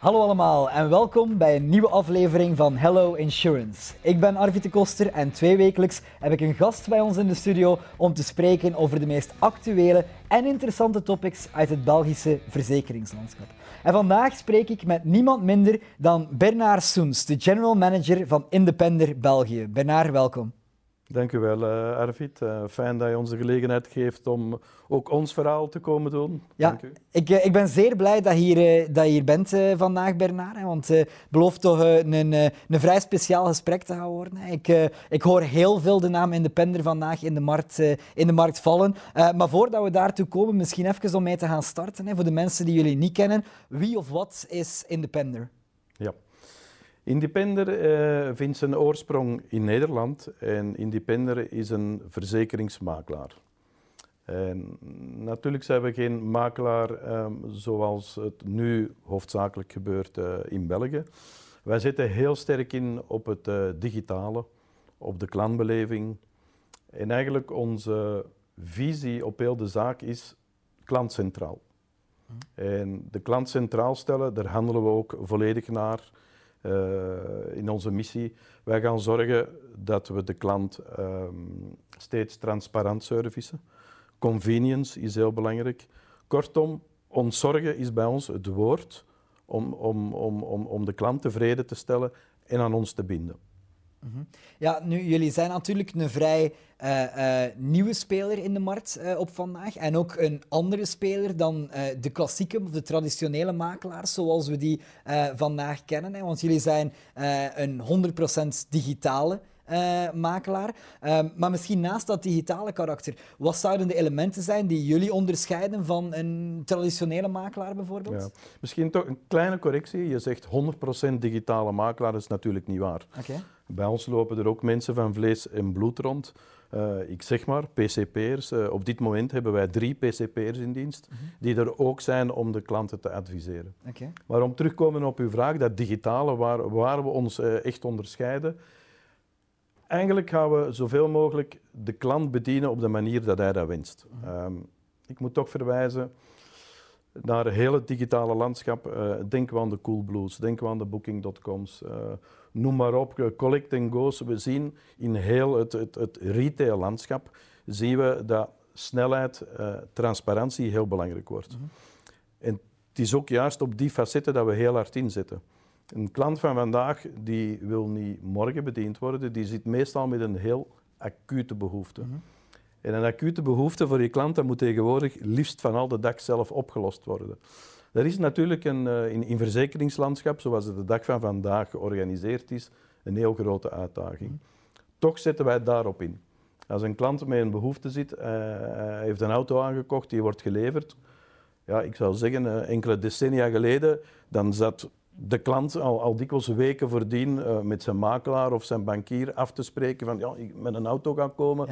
Hallo allemaal en welkom bij een nieuwe aflevering van Hello Insurance. Ik ben Arvid de Koster en 2 wekelijks heb ik een gast bij ons in de studio om te spreken over de meest actuele en interessante topics uit het Belgische verzekeringslandschap. En vandaag spreek ik met niemand minder dan Bernard Soens, de General Manager van Independer België. Bernard, welkom. Dank u wel, Arvid. Fijn dat je ons de gelegenheid geeft om ook ons verhaal te komen doen. Ja, Dank u. Ik ben zeer blij dat je hier bent vandaag, Bernard. Want het belooft toch een vrij speciaal gesprek te gaan worden. Ik hoor heel veel de naam Independer vandaag in de markt vallen. Maar voordat we daartoe komen, misschien even om mee te gaan starten. Voor de mensen die jullie niet kennen, wie of wat is Independer? Ja. Independer vindt zijn oorsprong in Nederland en Independer is een verzekeringsmakelaar. En natuurlijk zijn we geen makelaar zoals het nu hoofdzakelijk gebeurt in België. Wij zitten heel sterk in op het digitale, op de klantbeleving. En eigenlijk onze visie op heel de zaak is klantcentraal. En de klant centraal stellen, daar handelen we ook volledig naar. In onze missie. Wij gaan zorgen dat we de klant steeds transparant servicen. Convenience is heel belangrijk. Kortom, ontzorgen is bij ons het woord om de klant tevreden te stellen en aan ons te binden. Ja, nu, jullie zijn natuurlijk een vrij nieuwe speler in de markt op vandaag. En ook een andere speler dan de klassieke of de traditionele makelaars zoals we die vandaag kennen. Want jullie zijn een 100% digitale makelaar. Maar misschien naast dat digitale karakter, wat zouden de elementen zijn die jullie onderscheiden van een traditionele makelaar bijvoorbeeld? Ja. Misschien toch een kleine correctie. Je zegt 100% digitale makelaar, dat is natuurlijk niet waar. Okay. Bij ons lopen er ook mensen van vlees en bloed rond. Ik zeg maar, PCP'ers. Op dit moment hebben wij 3 PCP'ers in dienst, die er ook zijn om de klanten te adviseren. Okay. Maar om terug te komen op uw vraag, dat digitale, waar we ons echt onderscheiden. Eigenlijk gaan we zoveel mogelijk de klant bedienen op de manier dat hij dat wenst. Ik moet toch verwijzen naar het hele digitale landschap. Denken we aan de Coolblues, denken we aan de Booking.coms, noem maar op, collect and go's. We zien in heel het retail landschap zien we dat snelheid, transparantie heel belangrijk wordt. En het is ook juist op die facetten dat we heel hard inzetten. Een klant van vandaag die wil niet morgen bediend worden, die zit meestal met een heel acute behoefte. En een acute behoefte voor je klant dat moet tegenwoordig liefst van al de dag zelf opgelost worden. Dat is natuurlijk in verzekeringslandschap, zoals het de dag van vandaag georganiseerd is, een heel grote uitdaging. Toch zetten wij daarop in. Als een klant met een behoefte zit, hij heeft een auto aangekocht, die wordt geleverd. Ja, ik zou zeggen, enkele decennia geleden, dan zat de klant al dikwijls weken voordien met zijn makelaar of zijn bankier af te spreken van ja, ik met een auto ga komen,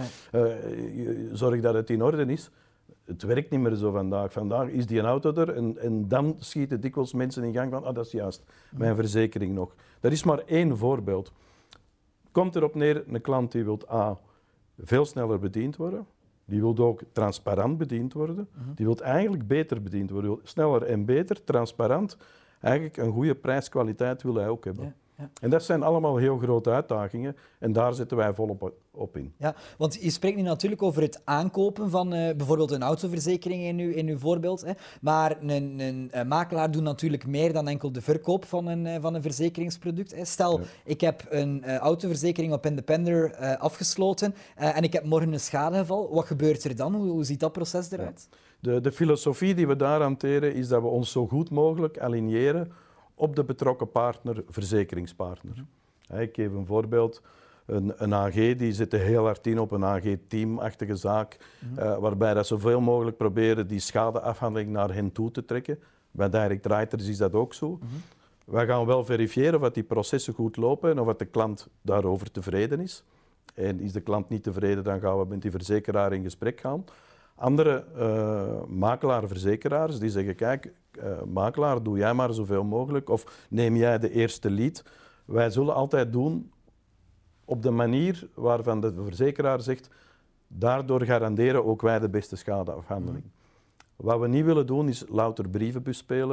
zorg dat het in orde is. Het werkt niet meer zo vandaag. Vandaag is die een auto er en dan schieten dikwijls mensen in gang van dat is juist, mijn verzekering nog. Dat is maar één voorbeeld. Komt erop neer, een klant die wil veel sneller bediend worden, die wil ook transparant bediend worden, die wil eigenlijk beter bediend worden, sneller en beter, transparant. Eigenlijk een goede prijs-kwaliteit wil hij ook hebben. Ja, ja. En dat zijn allemaal heel grote uitdagingen en daar zetten wij volop op in. Ja, want je spreekt nu natuurlijk over het aankopen van bijvoorbeeld een autoverzekering in uw voorbeeld. Hè. Maar een makelaar doet natuurlijk meer dan enkel de verkoop van een verzekeringsproduct. Hè. Stel, ik heb een autoverzekering op Independer afgesloten en ik heb morgen een schadegeval. Wat gebeurt er dan? Hoe ziet dat proces eruit? Ja. De filosofie die we daar hanteren is dat we ons zo goed mogelijk aligneren op de betrokken partner, verzekeringspartner. Ik geef een voorbeeld. Een AG die zit er heel hard in op een AG-teamachtige zaak, waarbij dat zoveel mogelijk proberen die schadeafhandeling naar hen toe te trekken. Bij direct writers is dat ook zo. Wij gaan wel verifiëren of die processen goed lopen en of de klant daarover tevreden is. En is de klant niet tevreden, dan gaan we met die verzekeraar in gesprek gaan. Andere makelaar-verzekeraars die zeggen, kijk, makelaar, doe jij maar zoveel mogelijk of neem jij de eerste lead. Wij zullen altijd doen op de manier waarvan de verzekeraar zegt, daardoor garanderen ook wij de beste schadeafhandeling. Wat we niet willen doen is louter brievenbus spelen,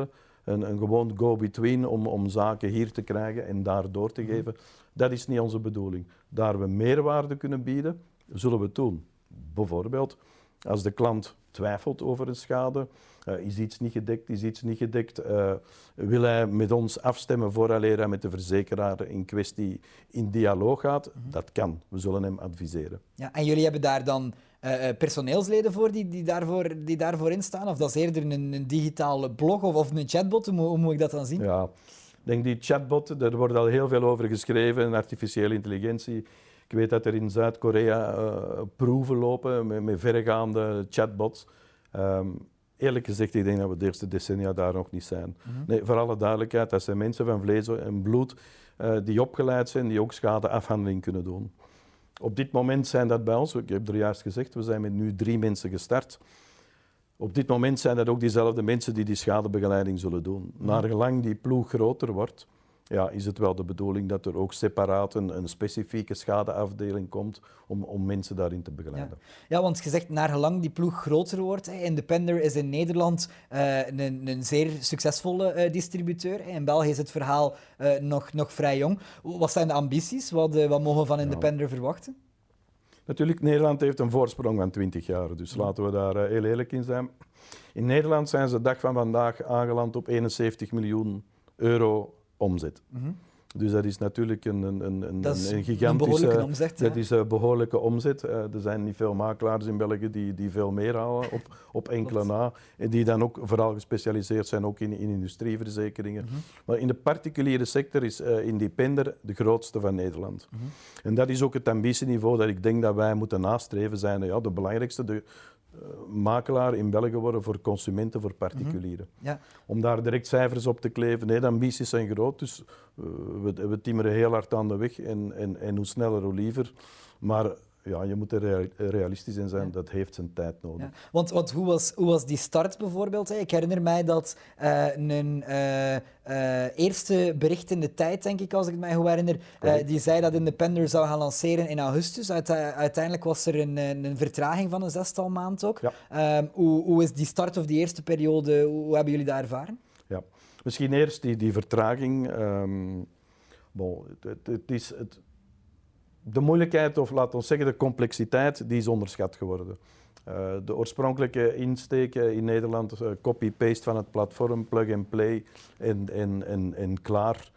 een gewoon go-between om zaken hier te krijgen en daar door te geven. Dat is niet onze bedoeling. Daar we meerwaarde kunnen bieden, zullen we het doen. Bijvoorbeeld, als de klant twijfelt over een schade, is iets niet gedekt, is iets niet gedekt, wil hij met ons afstemmen vooraleer hij met de verzekeraar in kwestie in dialoog gaat, dat kan. We zullen hem adviseren. Ja, en jullie hebben daar dan personeelsleden voor die daarvoor instaan? Of dat is eerder een digitale blog of een chatbot? Hoe moet ik dat dan zien? Ja, ik denk die chatbot, daar wordt al heel veel over geschreven, artificiële intelligentie. Ik weet dat er in Zuid-Korea proeven lopen met verregaande chatbots. Eerlijk gezegd, ik denk dat we de eerste decennia daar nog niet zijn. Nee, voor alle duidelijkheid, dat zijn mensen van vlees en bloed die opgeleid zijn, die ook schadeafhandeling kunnen doen. Op dit moment zijn dat bij ons, ik heb er juist gezegd, we zijn met nu 3 mensen gestart. Op dit moment zijn dat ook diezelfde mensen die schadebegeleiding zullen doen. Naargelang die ploeg groter wordt, ja, is het wel de bedoeling dat er ook separaat een specifieke schadeafdeling komt om mensen daarin te begeleiden. Ja, want je zegt, naargelang die ploeg groter wordt, Independer is in Nederland een zeer succesvolle distributeur. In België is het verhaal nog vrij jong. Wat zijn de ambities? Wat mogen we van Independer verwachten? Natuurlijk, Nederland heeft een voorsprong van 20 jaar, dus laten we daar heel eerlijk in zijn. In Nederland zijn ze de dag van vandaag aangeland op 71 miljoen euro omzet. Dus dat is natuurlijk een gigantische... Een behoorlijke omzet. Dat is een behoorlijke omzet. Er zijn niet veel makelaars in België die veel meer halen op enkele na. En die dan ook vooral gespecialiseerd zijn ook in industrieverzekeringen. Maar in de particuliere sector is Independer de grootste van Nederland. En dat is ook het ambitieniveau dat ik denk dat wij moeten nastreven zijn. Ja, de belangrijkste... makelaar in België worden voor consumenten, voor particulieren. Ja. Om daar direct cijfers op te kleven. Nee, de ambities zijn groot, dus we timmeren heel hard aan de weg en hoe sneller, hoe liever. Maar ja, je moet er realistisch in zijn, dat heeft zijn tijd nodig. Ja. Want hoe was die start bijvoorbeeld? Ik herinner mij dat een eerste bericht in de tijd, denk ik, als ik het mij goed herinner, die zei dat Independer zou gaan lanceren in augustus. Uiteindelijk was er een vertraging van een 6-tal maand ook. Ja. Hoe is die start of die eerste periode, hoe hebben jullie dat ervaren? Ja, misschien eerst die vertraging. De moeilijkheid, of laten we zeggen de complexiteit, die is onderschat geworden. De oorspronkelijke insteek in Nederland, copy-paste van het platform, plug-and-play en klaar.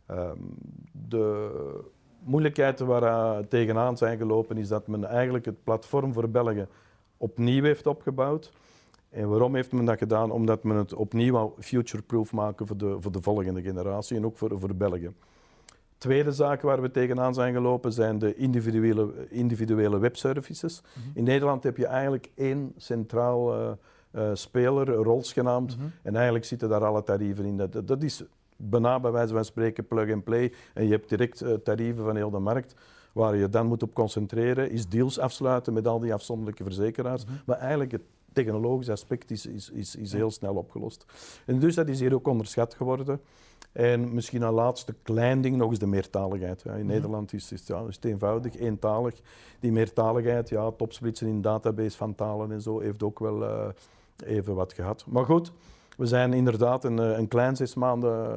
De moeilijkheden waar tegenaan zijn gelopen is dat men eigenlijk het platform voor België opnieuw heeft opgebouwd. En waarom heeft men dat gedaan? Omdat men het opnieuw wou future-proof maken voor de volgende generatie en ook voor België. Tweede zaak waar we tegenaan zijn gelopen zijn de individuele webservices. In Nederland heb je eigenlijk 1 centraal speler, Rols genaamd, en eigenlijk zitten daar alle tarieven in. Dat is bijna bij wijze van spreken plug-and-play en je hebt direct tarieven van heel de markt. Waar je dan moet op concentreren is deals afsluiten met al die afzonderlijke verzekeraars. Maar eigenlijk het technologische aspect is heel snel opgelost. En dus dat is hier ook onderschat geworden. En misschien een laatste klein ding nog eens de meertaligheid. Ja, in Nederland is het eenvoudig, eentalig. Die meertaligheid, ja, het opsplitsen in database van talen en zo, heeft ook wel even wat gehad. Maar goed, we zijn inderdaad een klein 6 maanden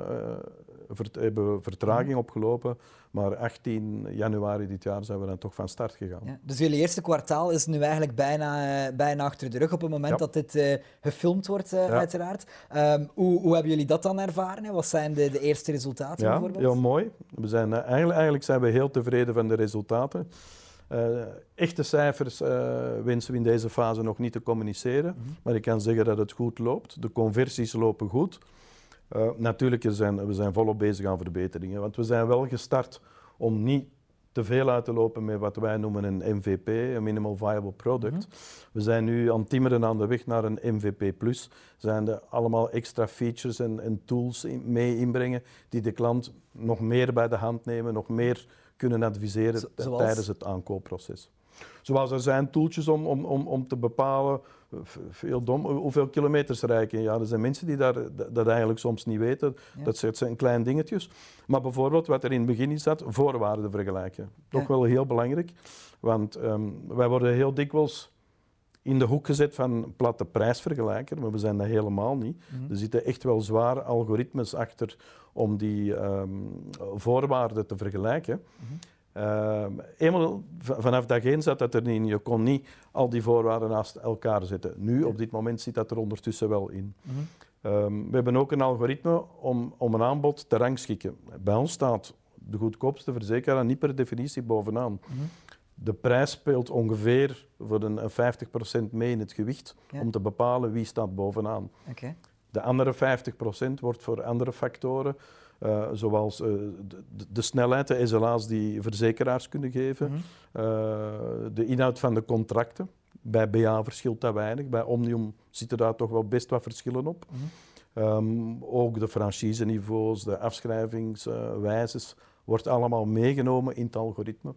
hebben vertraging opgelopen. Maar 18 januari dit jaar zijn we dan toch van start gegaan. Ja, dus jullie eerste kwartaal is nu eigenlijk bijna achter de rug op het moment dat dit gefilmd wordt, uiteraard. Hoe hebben jullie dat dan ervaren? Wat zijn de eerste resultaten bijvoorbeeld? Ja, heel mooi. We zijn, eigenlijk zijn we heel tevreden van de resultaten. Echte cijfers wensen we in deze fase nog niet te communiceren. Maar ik kan zeggen dat het goed loopt. De conversies lopen goed. Natuurlijk, we zijn volop bezig aan verbeteringen. Want we zijn wel gestart om niet te veel uit te lopen met wat wij noemen een MVP, een Minimal Viable Product. We zijn nu aan het timmeren aan de weg naar een MVP+. Zijn er allemaal extra features en tools mee inbrengen die de klant nog meer bij de hand nemen, nog meer kunnen adviseren tijdens het aankoopproces. Zoals er zijn toeltjes om te bepalen, veel dom, hoeveel kilometers rijken. Ja, er zijn mensen die dat eigenlijk soms niet weten. Ja. Dat zijn kleine dingetjes. Maar bijvoorbeeld, wat er in het begin is, dat voorwaarden vergelijken. Toch wel heel belangrijk. Want wij worden heel dikwijls in de hoek gezet van platte prijsvergelijker, maar we zijn dat helemaal niet. Er zitten echt wel zware algoritmes achter om die voorwaarden te vergelijken. Eenmaal vanaf dag 1 zat dat er niet in. Je kon niet al die voorwaarden naast elkaar zetten. Nu, op dit moment, zit dat er ondertussen wel in. We hebben ook een algoritme om een aanbod te rangschikken. Bij ons staat de goedkoopste verzekeraar niet per definitie bovenaan. De prijs speelt ongeveer voor een 50% mee in het gewicht om te bepalen wie staat bovenaan. Okay. De andere 50% wordt voor andere factoren, zoals de snelheid, de SLA's die verzekeraars kunnen geven, de inhoud van de contracten. Bij BA verschilt dat weinig, bij Omnium zitten daar toch wel best wat verschillen op. Ook de franchiseniveaus, de afschrijvingswijzes, wordt allemaal meegenomen in het algoritme.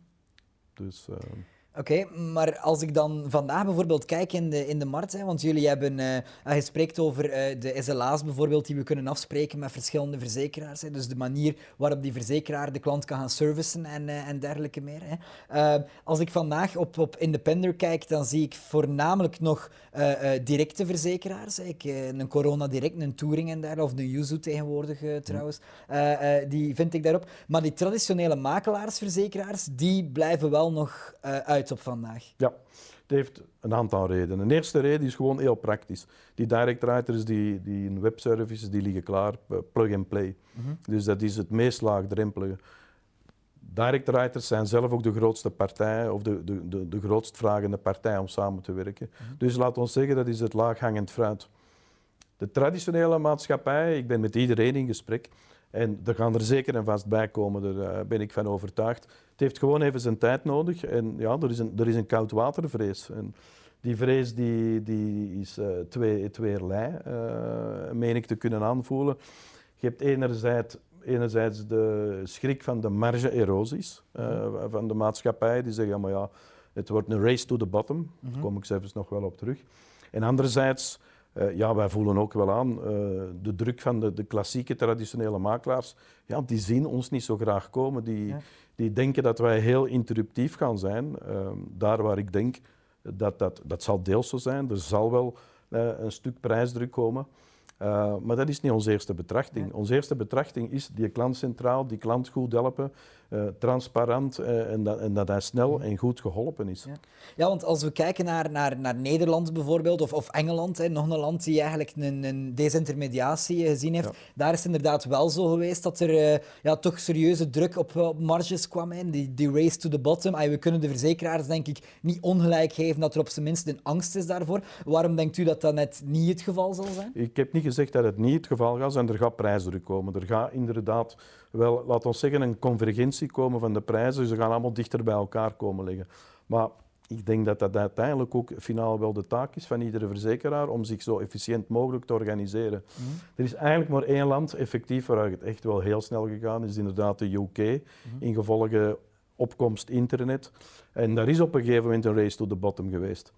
Dus, Oké, maar als ik dan vandaag bijvoorbeeld kijk in de markt, hè, want jullie hebben, je spreekt over de SLA's bijvoorbeeld die we kunnen afspreken met verschillende verzekeraars, hè, dus de manier waarop die verzekeraar de klant kan gaan servicen en dergelijke meer. Hè. Als ik vandaag op Independer kijk, dan zie ik voornamelijk nog directe verzekeraars. Hè. Een Corona Direct, een Touring en dergelijke, of een Yuzu tegenwoordig trouwens, die vind ik daarop. Maar die traditionele makelaarsverzekeraars, die blijven wel nog uit op vandaag. Ja, het heeft een aantal redenen. De eerste reden is gewoon heel praktisch. Die direct writers, die in webservices, die liggen klaar, plug and play. Dus dat is het meest laagdrempelige. Direct writers zijn zelf ook de grootste partij of de grootst vragende partij om samen te werken. Dus laat ons zeggen, dat is het laaghangend fruit. De traditionele maatschappij, ik ben met iedereen in gesprek, en er gaan er zeker en vast bij komen, daar ben ik van overtuigd. Het heeft gewoon even zijn tijd nodig en ja, er is een koudwatervrees. En die vrees die is tweeërlei, meen ik te kunnen aanvoelen. Je hebt enerzijds de schrik van de marge-erosies van de maatschappij, die zeggen, maar ja, het wordt een race to the bottom, daar kom ik zelfs nog wel op terug. En anderzijds, ja, wij voelen ook wel aan de druk van de klassieke traditionele makelaars. Ja, die zien ons niet zo graag komen. Die denken dat wij heel interruptief gaan zijn. Daar waar ik denk dat zal deels zo zijn. Er zal wel een stuk prijsdruk komen. Maar dat is niet onze eerste betrachting. Ja. Onze eerste betrachting is die klant centraal, die klant goed helpen, transparant en dat hij snel en goed geholpen is. Ja, want als we kijken naar Nederland bijvoorbeeld, of Engeland, hè, nog een land die eigenlijk een desintermediatie gezien heeft, daar is het inderdaad wel zo geweest dat er toch serieuze druk op marges kwam. Hè. Die race to the bottom. We kunnen de verzekeraars denk ik niet ongelijk geven dat er op zijn minst een angst is daarvoor. Waarom denkt u dat dat net niet het geval zal zijn? Ik heb niet gezegd dat het niet het geval gaat zijn. Er gaat prijsdruk komen. Er gaat inderdaad wel, laat ons zeggen, een convergentie komen van de prijzen. Ze gaan allemaal dichter bij elkaar komen liggen. Maar ik denk dat dat uiteindelijk ook finaal wel de taak is van iedere verzekeraar om zich zo efficiënt mogelijk te organiseren. Er is eigenlijk maar één land effectief waar het echt wel heel snel gegaan is, inderdaad de UK, ingevolge opkomst internet. En daar is op een gegeven moment een race to the bottom geweest.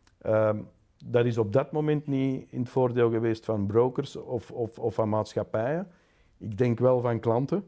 Dat is op dat moment niet in het voordeel geweest van brokers of van maatschappijen. Ik denk wel van klanten.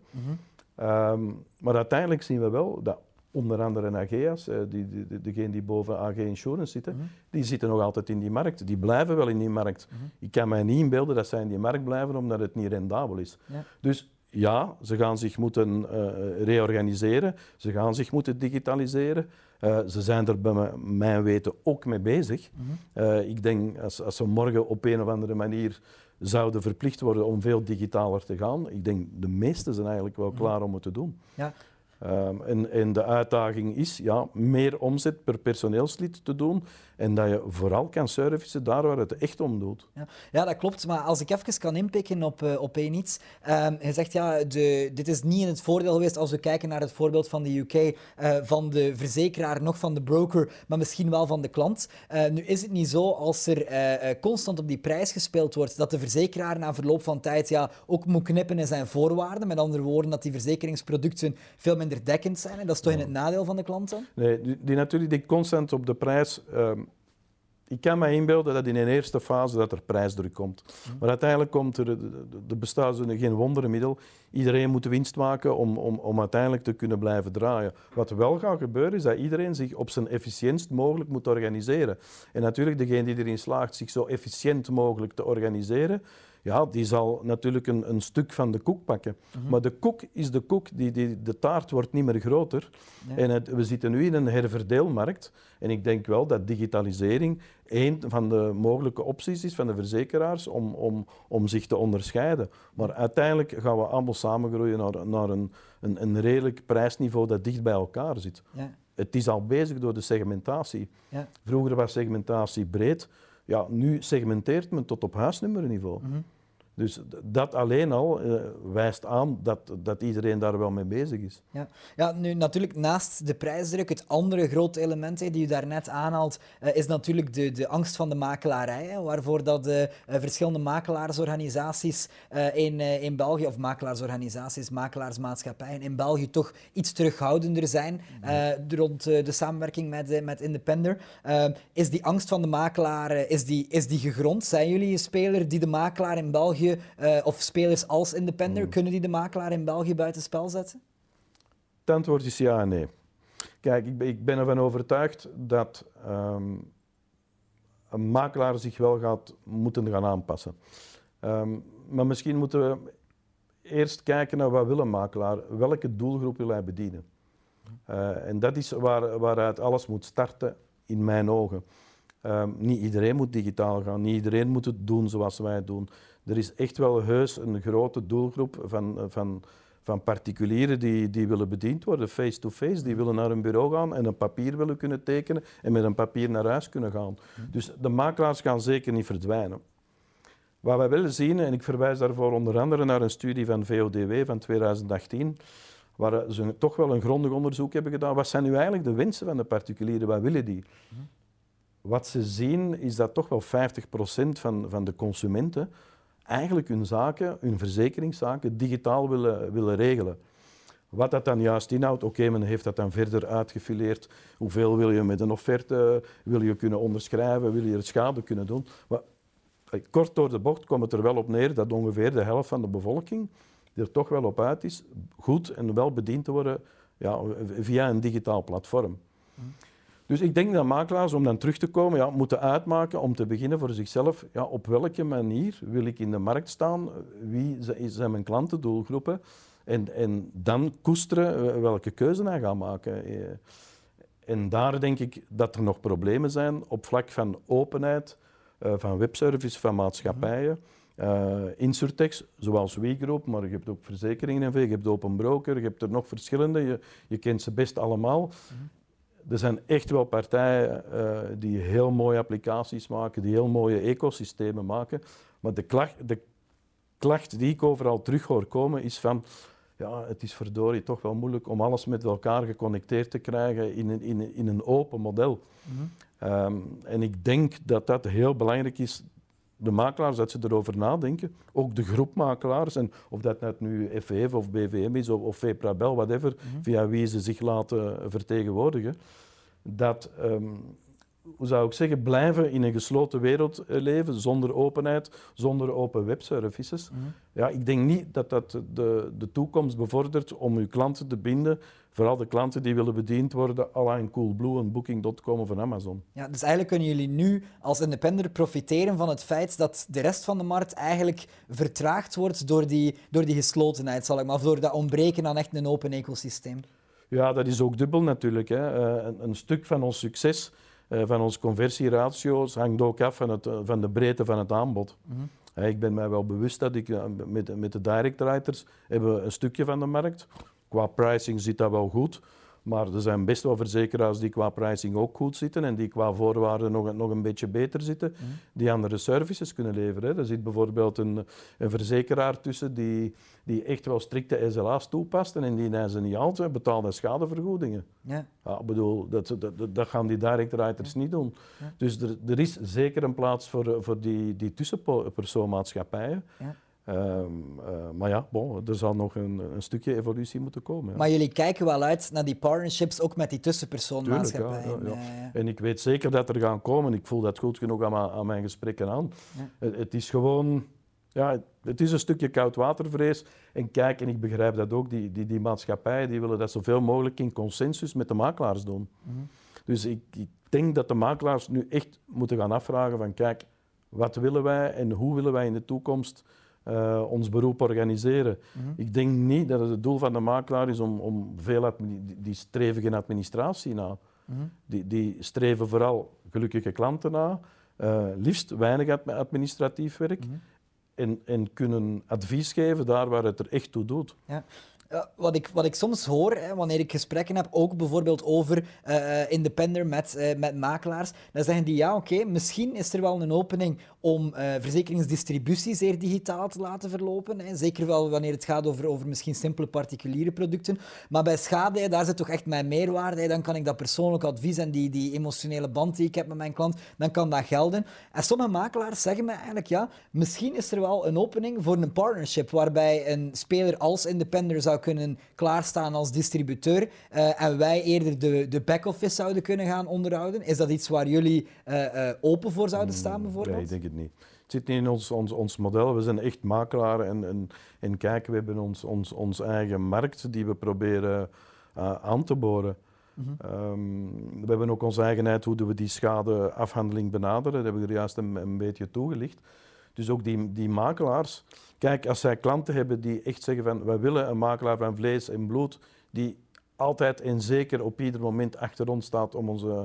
Maar uiteindelijk zien we wel dat onder andere Ageas, degenen die boven AG Insurance zitten, die zitten nog altijd in die markt. Die blijven wel in die markt. Ik kan mij niet inbeelden dat zij in die markt blijven omdat het niet rendabel is. Ja. Dus ja, ze gaan zich moeten reorganiseren, ze gaan zich moeten digitaliseren. Ze zijn er bij mijn weten ook mee bezig. Ik denk, als ze morgen op een of andere manier zouden verplicht worden om veel digitaler te gaan, ik denk de meesten zijn eigenlijk wel klaar om het te doen. Ja. En de uitdaging is meer omzet per personeelslid te doen en dat je vooral kan servicen daar waar het echt om doet. Ja, dat klopt. Maar als ik even kan inpikken op één iets. Je zegt, dit is niet in het voordeel geweest als we kijken naar het voorbeeld van de UK, van de verzekeraar, nog van de broker, maar misschien wel van de klant. Nu is het niet zo, als er constant op die prijs gespeeld wordt, dat de verzekeraar na verloop van tijd ook moet knippen in zijn voorwaarden. Met andere woorden, dat die verzekeringsproducten veel minder dekkend zijn. Dat is toch in het nadeel van de klant dan? Nee, die constant op de prijs. Ik kan me inbeelden dat in een eerste fase dat er prijsdruk komt. Maar uiteindelijk komt er bestaat geen wondermiddel. Iedereen moet winst maken om uiteindelijk te kunnen blijven draaien. Wat wel gaat gebeuren is dat iedereen zich op zijn efficiëntst mogelijk moet organiseren. En natuurlijk degene die erin slaagt zich zo efficiënt mogelijk te organiseren, ja, die zal natuurlijk een stuk van de koek pakken. Maar de koek is de koek, de taart wordt niet meer groter. Ja. En we zitten nu in een herverdeelmarkt. En ik denk wel dat digitalisering een van de mogelijke opties is van de verzekeraars om zich te onderscheiden. Maar uiteindelijk gaan we allemaal samengroeien naar een redelijk prijsniveau dat dicht bij elkaar zit. Ja. Het is al bezig door de segmentatie. Ja. Vroeger was segmentatie breed. Ja, nu segmenteert men tot op huisnummerniveau. Dus dat alleen al wijst aan dat iedereen daar wel mee bezig is. Ja. Ja, nu natuurlijk naast de prijsdruk, het andere grote element die u daarnet aanhaalt, is natuurlijk de angst van de makelaarij, waarvoor dat verschillende makelaarsorganisaties in België, of makelaarsorganisaties, makelaarsmaatschappijen in België toch iets terughoudender zijn rond de samenwerking met Independer. Is die angst van de makelaar, is die gegrond? Zijn jullie een speler die de makelaar in België of spelers als Independer, kunnen die de makelaar in België buitenspel zetten? Het antwoord is ja en nee. Kijk, ik ben ervan overtuigd dat een makelaar zich wel moeten gaan aanpassen. Maar misschien moeten we eerst kijken naar wat wil een makelaar, welke doelgroep wil hij bedienen. En dat is waaruit alles moet starten, in mijn ogen. Niet iedereen moet digitaal gaan, niet iedereen moet het doen zoals wij het doen. Er is echt wel heus een grote doelgroep van particulieren die willen bediend worden, face-to-face. Die willen naar een bureau gaan en een papier willen kunnen tekenen en met een papier naar huis kunnen gaan. Dus de makelaars gaan zeker niet verdwijnen. Wat wij willen zien, en ik verwijs daarvoor onder andere naar een studie van VODW van 2018, waar ze toch wel een grondig onderzoek hebben gedaan. Wat zijn nu eigenlijk de wensen van de particulieren? Wat willen die? Wat ze zien is dat toch wel 50% van de consumenten eigenlijk hun verzekeringszaken digitaal willen regelen. Wat dat dan juist inhoudt, oké, men heeft dat dan verder uitgefileerd. Hoeveel wil je met een offerte, wil je kunnen onderschrijven, wil je er schade kunnen doen. Maar, kort door de bocht komt het er wel op neer dat ongeveer de helft van de bevolking er toch wel op uit is goed en wel bediend te worden via een digitaal platform. Dus ik denk dat makelaars, om dan terug te komen, moeten uitmaken om te beginnen voor zichzelf, op welke manier wil ik in de markt staan, wie zijn mijn klantendoelgroepen en dan koesteren welke keuze hij gaat maken. En daar denk ik dat er nog problemen zijn op vlak van openheid, van webservice, van maatschappijen. Insurtechs, zoals WeGroup, maar je hebt ook verzekeringen, je hebt Open Broker, je hebt er nog verschillende, je kent ze best allemaal. Er zijn echt wel partijen die heel mooie applicaties maken, die heel mooie ecosystemen maken. Maar de klacht die ik overal terug hoor komen is van, het is verdorie toch wel moeilijk om alles met elkaar geconnecteerd te krijgen in een open model. En ik denk dat dat heel belangrijk is, de makelaars, dat ze erover nadenken, ook de groep makelaars, en of dat nu FVF of BVM is of VPRABEL, whatever, via wie ze zich laten vertegenwoordigen, dat, hoe zou ik zeggen, blijven in een gesloten wereld leven, zonder openheid, zonder open webservices. Ja, ik denk niet dat dat de toekomst bevordert om uw klanten te binden, vooral de klanten die willen bediend worden, à la een Coolblue, een Booking.com of een Amazon. Ja, dus eigenlijk kunnen jullie nu als Independer profiteren van het feit dat de rest van de markt eigenlijk vertraagd wordt door die geslotenheid, of door dat ontbreken aan echt een open ecosysteem. Ja, dat is ook dubbel natuurlijk. Hè. Een stuk van ons succes, van onze conversieratio's, hangt ook af van de breedte van het aanbod. Ik ben mij wel bewust dat ik met de direct writers hebben een stukje van de markt. Qua pricing zit dat wel goed, maar er zijn best wel verzekeraars die qua pricing ook goed zitten en die qua voorwaarden nog een beetje beter zitten, die andere services kunnen leveren. Hè. Er zit bijvoorbeeld een verzekeraar tussen die echt wel strikte SLA's toepast en die ze niet altijd betaalde schadevergoedingen. Ja. Ik bedoel, dat gaan die direct writers niet doen. Ja. Dus er is zeker een plaats voor die tussenpersoonmaatschappijen. Ja. Maar ja, er zal nog een stukje evolutie moeten komen. Ja. Maar jullie kijken wel uit naar die partnerships, ook met die tussenpersoonmaatschappijen. Ja. En ik weet zeker dat er gaan komen. Ik voel dat goed genoeg aan mijn gesprekken aan. Ja. Het is gewoon... Ja, het is een stukje koudwatervrees. En kijk, en ik begrijp dat ook, die maatschappijen die willen dat zoveel mogelijk in consensus met de makelaars doen. Dus ik denk dat de makelaars nu echt moeten gaan afvragen van kijk, wat willen wij en hoe willen wij in de toekomst ons beroep organiseren. Ik denk niet dat het doel van de makelaar is om die streven geen administratie na. Die streven vooral gelukkige klanten na, liefst weinig administratief werk en kunnen advies geven daar waar het er echt toe doet. Ja. Wat ik soms hoor, wanneer ik gesprekken heb, ook bijvoorbeeld over independer met makelaars, dan zeggen die ja, oké, misschien is er wel een opening om verzekeringsdistributie zeer digitaal te laten verlopen. Zeker wel wanneer het gaat over misschien simpele particuliere producten. Maar bij schade, daar zit toch echt mijn meerwaarde. Dan kan ik dat persoonlijk advies en die emotionele band die ik heb met mijn klant, dan kan dat gelden. En sommige makelaars zeggen me eigenlijk, ja, misschien is er wel een opening voor een partnership, waarbij een speler als independer zou kunnen klaarstaan als distributeur en wij eerder de back-office zouden kunnen gaan onderhouden. Is dat iets waar jullie open voor zouden staan, bijvoorbeeld? Nee, ik denk het niet. Het zit niet in ons model. We zijn echt makelaar en kijk, we hebben ons eigen markt die we proberen aan te boren. We hebben ook onze eigenheid hoe we die schadeafhandeling benaderen. Dat hebben we er juist een beetje toegelicht. Dus ook die makelaars, kijk, als zij klanten hebben die echt zeggen van wij willen een makelaar van vlees en bloed die altijd en zeker op ieder moment achter ons staat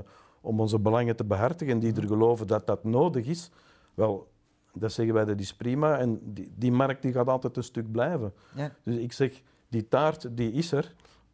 om onze belangen te behartigen en die er geloven dat dat nodig is, wel, dat zeggen wij, dat is prima. En die markt die gaat altijd een stuk blijven. Ja. Dus ik zeg, die taart die is er,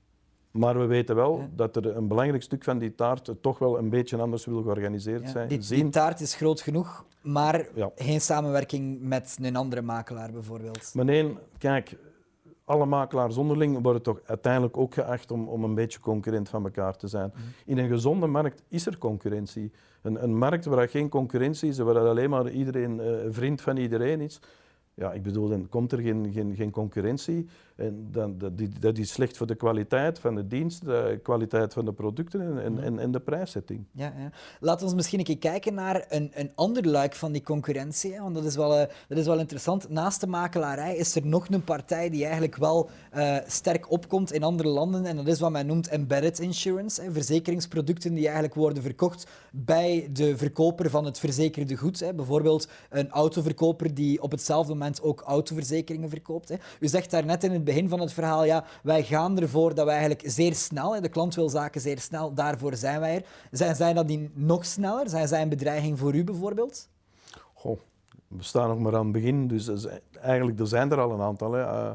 maar we weten wel dat er een belangrijk stuk van die taart toch wel een beetje anders wil georganiseerd zijn. Die taart is groot genoeg, maar geen samenwerking met een andere makelaar bijvoorbeeld. Maar nee, kijk, alle makelaars onderling worden toch uiteindelijk ook geacht om een beetje concurrent van elkaar te zijn. In een gezonde markt is er concurrentie. Een markt waar geen concurrentie is, waar alleen maar iedereen vriend van iedereen is. Ja, ik bedoel, dan komt er geen concurrentie. En dat is slecht voor de kwaliteit van de dienst, de kwaliteit van de producten en de prijszetting. Ja. Laten we misschien een keer kijken naar een ander luik van die concurrentie. Hè? Want dat is wel interessant. Naast de makelarij is er nog een partij die eigenlijk wel sterk opkomt in andere landen. En dat is wat men noemt embedded insurance. Hè? Verzekeringsproducten die eigenlijk worden verkocht bij de verkoper van het verzekerde goed. Hè? Bijvoorbeeld een autoverkoper die op hetzelfde moment ook autoverzekeringen verkoopt. Hè. U zegt daar net in het begin van het verhaal, ja, wij gaan ervoor dat wij eigenlijk zeer snel, hè, de klant wil zaken zeer snel, daarvoor zijn wij er. Zijn zij dat die nog sneller? Zijn zij een bedreiging voor u bijvoorbeeld? Goh, we staan nog maar aan het begin, dus eigenlijk er zijn er al een aantal. Hè.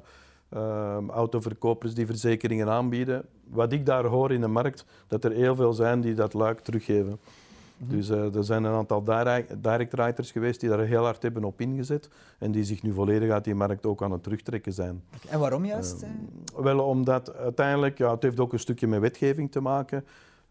Autoverkopers die verzekeringen aanbieden. Wat ik daar hoor in de markt, dat er heel veel zijn die dat luik teruggeven. Dus er zijn een aantal direct writers geweest die daar heel hard hebben op ingezet en die zich nu volledig uit die markt ook aan het terugtrekken zijn. En waarom juist? Wel omdat uiteindelijk, het heeft ook een stukje met wetgeving te maken.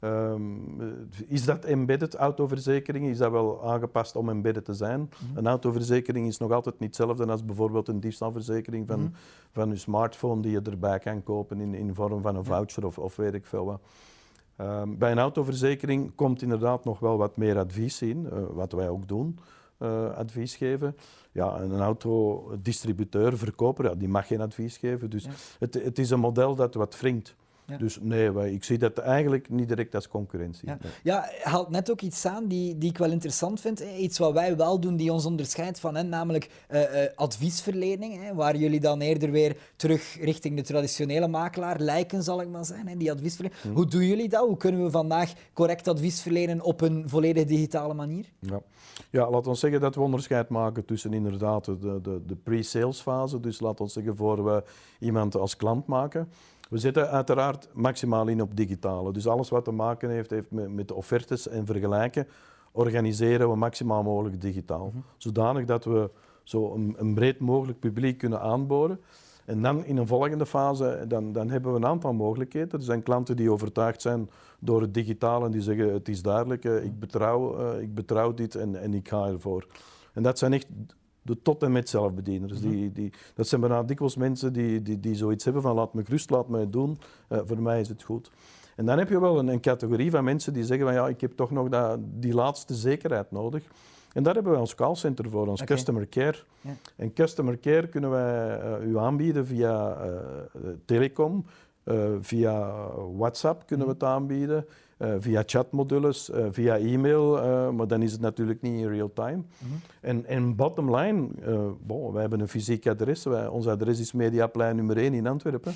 Is dat embedded, autoverzekering? Is dat wel aangepast om embedded te zijn? Een autoverzekering is nog altijd niet hetzelfde als bijvoorbeeld een diefstalverzekering van je smartphone die je erbij kan kopen in vorm van een voucher of weet ik veel wat. Bij een autoverzekering komt inderdaad nog wel wat meer advies in, wat wij ook doen, advies geven. Ja, een autodistributeur, verkoper, die mag geen advies geven. Dus het is een model dat wat wringt. Ja. Dus nee, ik zie dat eigenlijk niet direct als concurrentie. Ja, nee. Ja, je haalt net ook iets aan die ik wel interessant vind. Iets wat wij wel doen, die ons onderscheidt van hen, namelijk adviesverlening. Waar jullie dan eerder weer terug richting de traditionele makelaar lijken, zal ik maar zeggen, die adviesverlening. Hoe doen jullie dat? Hoe kunnen we vandaag correct advies verlenen op een volledig digitale manier? Ja, laten we zeggen dat we onderscheid maken tussen inderdaad de pre-sales fase. Dus laten we zeggen, voor we iemand als klant maken. We zetten uiteraard maximaal in op digitale. Dus alles wat te maken heeft met de offertes en vergelijken, organiseren we maximaal mogelijk digitaal. Zodanig dat we zo een breed mogelijk publiek kunnen aanboren. En dan in een volgende fase, dan hebben we een aantal mogelijkheden. Er zijn klanten die overtuigd zijn door het digitale en die zeggen het is duidelijk, ik betrouw dit en ik ga ervoor. En dat zijn echt de tot en met zelfbedieners. Dat zijn bijna dikwijls mensen die zoiets hebben van laat me gerust, laat me het doen, voor mij is het goed. En dan heb je wel een categorie van mensen die zeggen van ja, ik heb toch nog die laatste zekerheid nodig. En daar hebben wij ons callcenter voor, ons customer care. Ja. En customer care kunnen wij u aanbieden via telecom, via WhatsApp kunnen we het aanbieden, via chatmodules, via e-mail, maar dan is het natuurlijk niet in real time. En bottom line, wij hebben een fysiek adres, ons adres is Mediaplein nummer 1 in Antwerpen.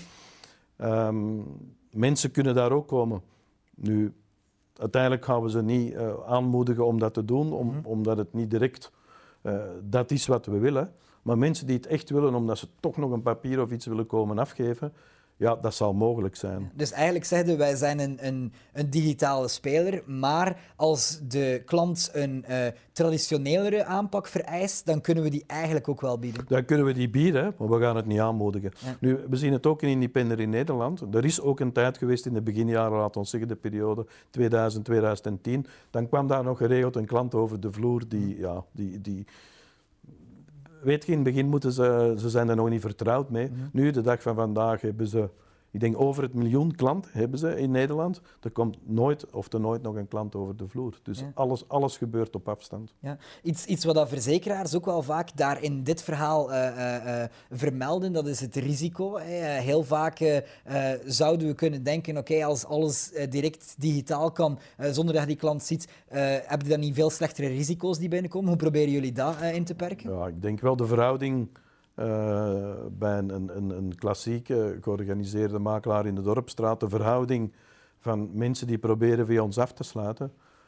Mensen kunnen daar ook komen. Nu, uiteindelijk gaan we ze niet aanmoedigen om dat te doen, omdat het niet direct dat is wat we willen. Maar mensen die het echt willen, omdat ze toch nog een papier of iets willen komen afgeven, ja, dat zal mogelijk zijn. Dus eigenlijk zeggen wij zijn een digitale speler, maar als de klant een traditionelere aanpak vereist, dan kunnen we die eigenlijk ook wel bieden. Dan kunnen we die bieden, maar we gaan het niet aanmoedigen. Ja. Nu, we zien het ook in Independer in Nederland. Er is ook een tijd geweest in de beginjaren, laten we zeggen de periode 2000-2010. Dan kwam daar nog geregeld een klant over de vloer die weet je, in het begin moeten ze zijn er nog niet vertrouwd mee. Nu, de dag van vandaag, hebben ze, ik denk over 1 miljoen klanten hebben ze in Nederland. Er komt nooit nog een klant over de vloer. Dus alles gebeurt op afstand. Ja. Iets wat verzekeraars ook wel vaak daar in dit verhaal vermelden, dat is het risico. Heel vaak zouden we kunnen denken, oké, als alles direct digitaal kan, zonder dat je die klant ziet, heb je dan niet veel slechtere risico's die binnenkomen? Hoe proberen jullie dat in te perken? Ja, ik denk wel de verhouding bij een klassieke georganiseerde makelaar in de Dorpstraat, de verhouding van mensen die proberen via ons af te sluiten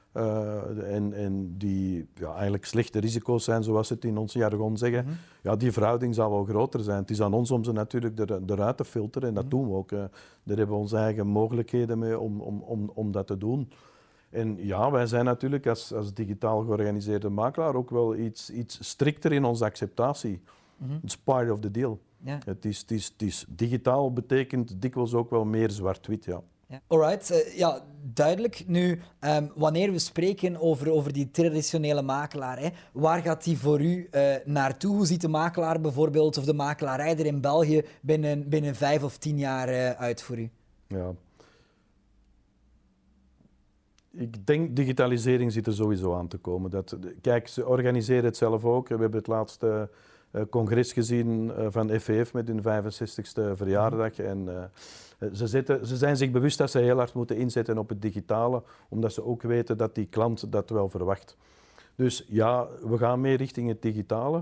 en die eigenlijk slechte risico's zijn, zoals ze het in ons jargon zeggen, ja, die verhouding zal wel groter zijn. Het is aan ons om ze natuurlijk eruit te filteren en dat doen we ook. Daar hebben we onze eigen mogelijkheden mee om dat te doen. En ja, wij zijn natuurlijk als digitaal georganiseerde makelaar ook wel iets strikter in onze acceptatie. It's part of the deal. Ja. Het is digitaal betekent dikwijls ook wel meer zwart-wit, ja. Ja. Alright, duidelijk. Nu, wanneer we spreken over die traditionele makelaar, waar gaat die voor u naartoe? Hoe ziet de makelaar bijvoorbeeld, of de makelaarij er in België binnen 5 of 10 jaar uit voor u? Ja. Ik denk digitalisering zit er sowieso aan te komen. Kijk, ze organiseren het zelf ook. We hebben het laatste congres gezien van FVF met hun 65ste verjaardag. En ze zijn zich bewust dat ze heel hard moeten inzetten op het digitale, omdat ze ook weten dat die klant dat wel verwacht. Dus ja, we gaan meer richting het digitale.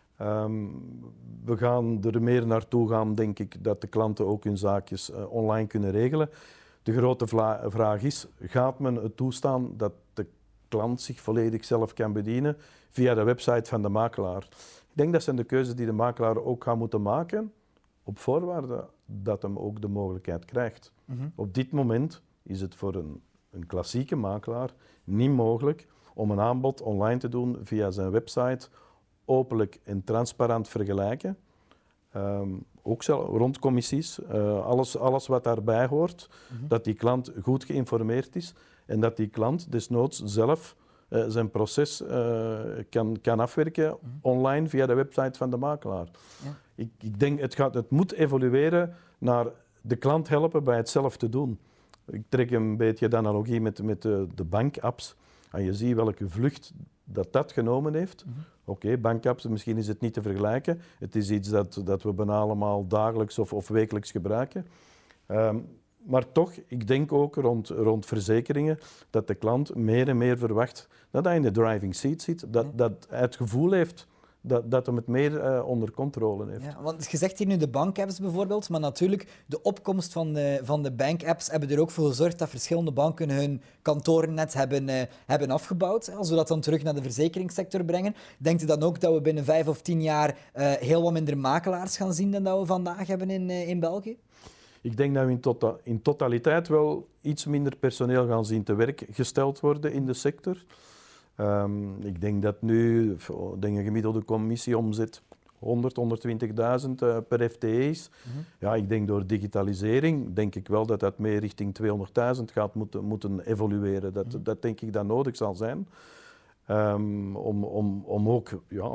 We gaan er meer naartoe gaan, denk ik, dat de klanten ook hun zaakjes online kunnen regelen. De grote vraag is, gaat men het toestaan dat de klant zich volledig zelf kan bedienen via de website van de makelaar? Ik denk dat zijn de keuzes die de makelaar ook gaat moeten maken, op voorwaarde dat hem ook de mogelijkheid krijgt. Op dit moment is het voor een klassieke makelaar niet mogelijk om een aanbod online te doen via zijn website, openlijk en transparant vergelijken. Ook rond commissies, alles wat daarbij hoort, dat die klant goed geïnformeerd is en dat die klant desnoods zelf zijn proces kan afwerken online via de website van de makelaar. Ja. Ik denk, het moet evolueren naar de klant helpen bij het zelf te doen. Ik trek een beetje de analogie met de bankapps. En je ziet welke vlucht dat genomen heeft. Oké, bankapps, misschien is het niet te vergelijken. Het is iets dat we bijna allemaal dagelijks of wekelijks gebruiken. Maar toch, ik denk ook rond verzekeringen dat de klant meer en meer verwacht dat hij in de driving seat zit, dat hij het gevoel heeft dat hem het meer onder controle heeft. Ja, want je zegt hier nu de bankapps bijvoorbeeld, maar natuurlijk de opkomst van de bankapps hebben er ook voor gezorgd dat verschillende banken hun kantoornet hebben afgebouwd, als we dat dan terug naar de verzekeringssector brengen. Denkt u dan ook dat we binnen 5 of 10 jaar heel wat minder makelaars gaan zien dan dat we vandaag hebben in België? Ik denk dat we in totaliteit wel iets minder personeel gaan zien te werk gesteld worden in de sector. Ik denk dat nu een gemiddelde commissieomzet 100.000, 120.000 per FTE is. Ja, ik denk door digitalisering denk ik wel dat meer richting 200.000 gaat moeten evolueren. Dat denk ik dat nodig zal zijn. Om ook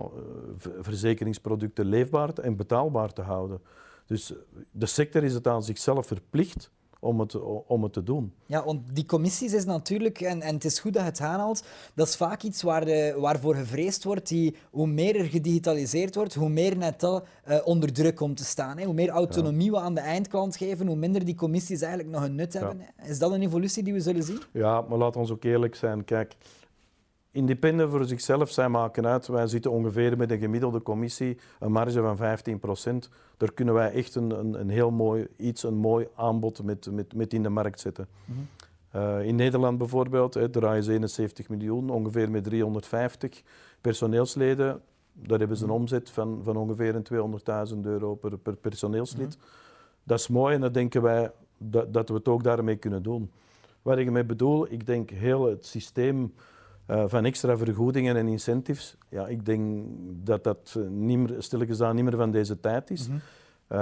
verzekeringsproducten leefbaar en betaalbaar te houden. Dus de sector is het aan zichzelf verplicht om het te doen. Ja, want die commissies is natuurlijk, en het is goed dat je het aanhaalt, dat is vaak iets waarvoor gevreesd wordt, hoe meer er gedigitaliseerd wordt, hoe meer net dat onder druk komt te staan. Hè. Hoe meer autonomie we aan de eindklant geven, hoe minder die commissies eigenlijk nog een nut hebben. Hè. Is dat een evolutie die we zullen zien? Ja, maar laten we ook eerlijk zijn. Kijk, independent voor zichzelf, zij maken uit. Wij zitten ongeveer met een gemiddelde commissie, een marge van 15%. Daar kunnen wij echt een heel mooi aanbod met in de markt zetten. Mm-hmm. In Nederland bijvoorbeeld draaien ze 71 miljoen, ongeveer met 350 personeelsleden. Daar hebben ze een omzet van ongeveer €200.000 per personeelslid. Mm-hmm. Dat is mooi en dan denken wij dat we het ook daarmee kunnen doen. Wat ik ermee bedoel, ik denk heel het systeem van extra vergoedingen en incentives, ja, ik denk dat stilletjes aan niet meer van deze tijd is. Mm-hmm.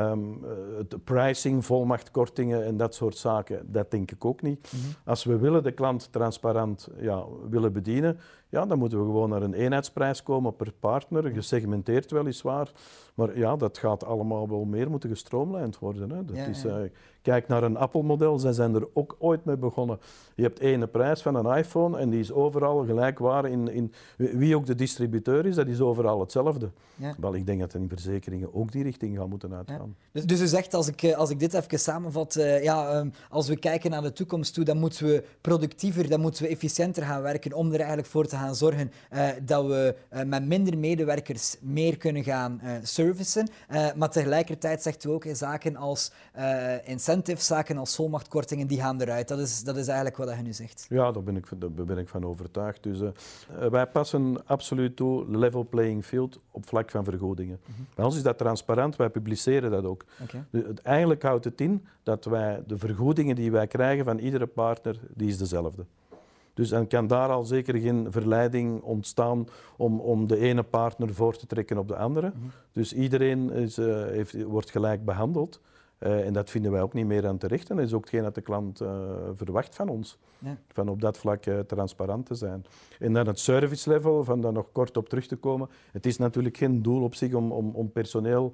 Het pricing, volmachtkortingen en dat soort zaken, dat denk ik ook niet. Mm-hmm. Als we willen de klant transparant willen bedienen, dan moeten we gewoon naar een eenheidsprijs komen per partner, gesegmenteerd weliswaar. Maar ja, dat gaat allemaal wel meer moeten gestroomlijnd worden. Hè. Kijk naar een Apple-model, zij zijn er ook ooit mee begonnen. Je hebt één prijs van een iPhone en die is overal gelijkwaar. Wie ook de distributeur is, dat is overal hetzelfde. Ja. Wel, ik denk dat in verzekeringen ook die richting gaan moeten uitgaan. Ja. Dus u zegt, als ik dit even samenvat, als we kijken naar de toekomst toe, dan moeten we productiever, dan moeten we efficiënter gaan werken om er eigenlijk voor te gaan zorgen dat we met minder medewerkers meer kunnen gaan servicen. Maar tegelijkertijd zegt u ook, zaken als incentives, zaken als volmachtkortingen, die gaan eruit. Dat is eigenlijk wat je nu zegt. Ja, daar ben ik van overtuigd. Dus wij passen absoluut toe level playing field op vlak van vergoedingen. Mm-hmm. Bij ons is dat transparant, wij publiceren dat ook. Okay. Dus eigenlijk houdt het in dat wij de vergoedingen die wij krijgen van iedere partner, die is dezelfde. Dus dan kan daar al zeker geen verleiding ontstaan om de ene partner voor te trekken op de andere. Mm-hmm. Dus iedereen wordt gelijk behandeld. En dat vinden wij ook niet meer aan terecht. En dat is ook hetgeen dat de klant verwacht van ons. Ja. Van op dat vlak transparant te zijn. En dan het service level, van daar nog kort op terug te komen. Het is natuurlijk geen doel op zich om personeel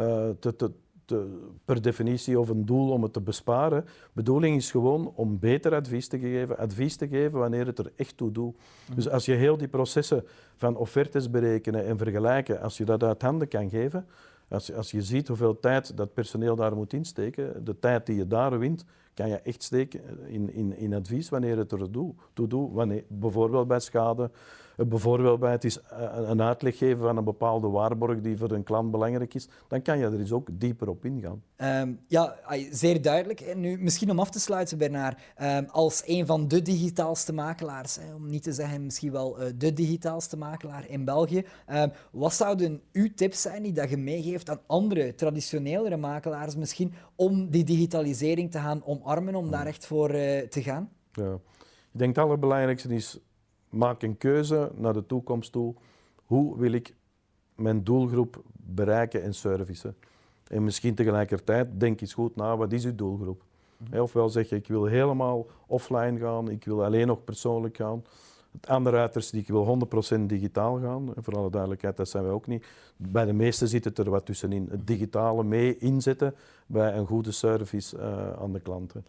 per definitie of een doel om het te besparen. De bedoeling is gewoon om beter advies te geven wanneer het er echt toe doet. Mm-hmm. Dus als je heel die processen van offertes berekenen en vergelijken, als je dat uit handen kan geven, als je ziet hoeveel tijd dat personeel daar moet insteken, de tijd die je daar wint, kan je echt steken in advies wanneer het er toe doet. Bijvoorbeeld bij schade, bijvoorbeeld bij het is een uitleg geven van een bepaalde waarborg die voor een klant belangrijk is, dan kan je er eens ook dieper op ingaan. Zeer duidelijk. Nu, misschien om af te sluiten, Bernard, als een van de digitaalste makelaars, om niet te zeggen misschien wel de digitaalste makelaar in België, wat zouden uw tips zijn die dat je meegeeft aan andere, traditionelere makelaars misschien, om die digitalisering te gaan omarmen, om daar echt voor te gaan? Ja. Ik denk het allerbelangrijkste is, maak een keuze naar de toekomst toe. Hoe wil ik mijn doelgroep bereiken en servicen? En misschien tegelijkertijd, denk eens goed na, wat is uw doelgroep? Mm-hmm. Ofwel zeg je, ik wil helemaal offline gaan, ik wil alleen nog persoonlijk gaan. Het andere uiterste, ik wil 100% digitaal gaan. En voor alle duidelijkheid, dat zijn wij ook niet. Bij de meesten zit het er wat tussenin. Het digitale mee inzetten bij een goede service aan de klanten.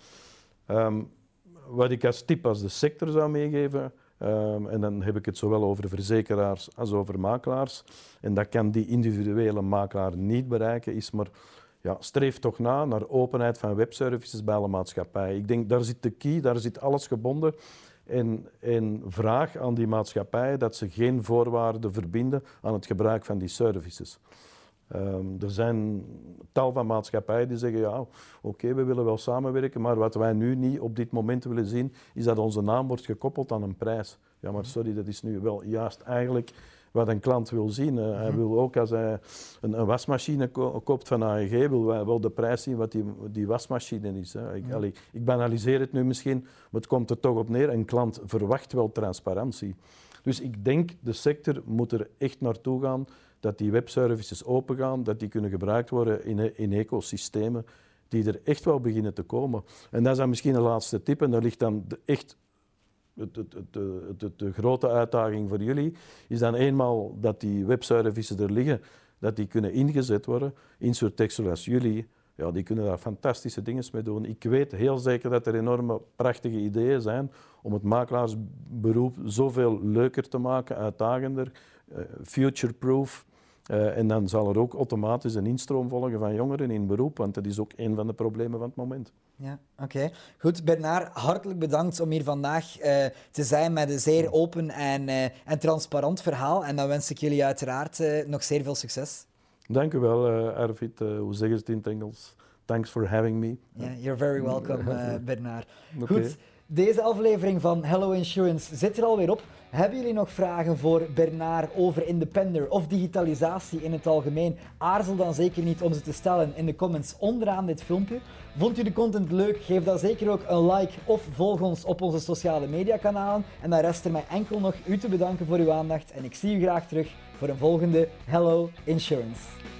Wat ik als tip als de sector zou meegeven, en dan heb ik het zowel over verzekeraars als over makelaars, en dat kan die individuele makelaar niet bereiken, is maar streef toch naar openheid van webservices bij alle maatschappijen. Ik denk, daar zit de key, daar zit alles gebonden. En vraag aan die maatschappijen dat ze geen voorwaarden verbinden aan het gebruik van die services. Er zijn tal van maatschappijen die zeggen, oké, we willen wel samenwerken, maar wat wij nu niet op dit moment willen zien, is dat onze naam wordt gekoppeld aan een prijs. Ja, maar sorry, dat is nu wel juist eigenlijk wat een klant wil zien. Hij wil ook, als hij een wasmachine koopt van AEG, wil hij wel de prijs zien wat die wasmachine is. Hè. Ik banaliseer het nu misschien, maar het komt er toch op neer. Een klant verwacht wel transparantie. Dus ik denk, de sector moet er echt naartoe gaan dat die webservices opengaan, dat die kunnen gebruikt worden in ecosystemen die er echt wel beginnen te komen. En dat is dan misschien de laatste tip, en daar ligt dan echt de grote uitdaging voor jullie is dan eenmaal dat die webservices er liggen, dat die kunnen ingezet worden. Insurtech zoals jullie, ja, die kunnen daar fantastische dingen mee doen. Ik weet heel zeker dat er enorme prachtige ideeën zijn om het makelaarsberoep zoveel leuker te maken, uitdagender, future-proof. En dan zal er ook automatisch een instroom volgen van jongeren in beroep, want dat is ook een van de problemen van het moment. Ja, oké. Goed, Bernard, hartelijk bedankt om hier vandaag te zijn met een zeer open en transparant verhaal. En dan wens ik jullie uiteraard nog zeer veel succes. Dank u wel, Arvid. Hoe zeggen ze het in het Engels? Thanks for having me. Yeah, you're very welcome, Bernard. Okay. Goed, deze aflevering van Hello Insurance zit er alweer op. Hebben jullie nog vragen voor Bernard over Independer of digitalisatie in het algemeen? Aarzel dan zeker niet om ze te stellen in de comments onderaan dit filmpje. Vond u de content leuk? Geef dan zeker ook een like of volg ons op onze sociale mediakanalen. En dan rest er mij enkel nog u te bedanken voor uw aandacht. En ik zie u graag terug voor een volgende Hello Insurance.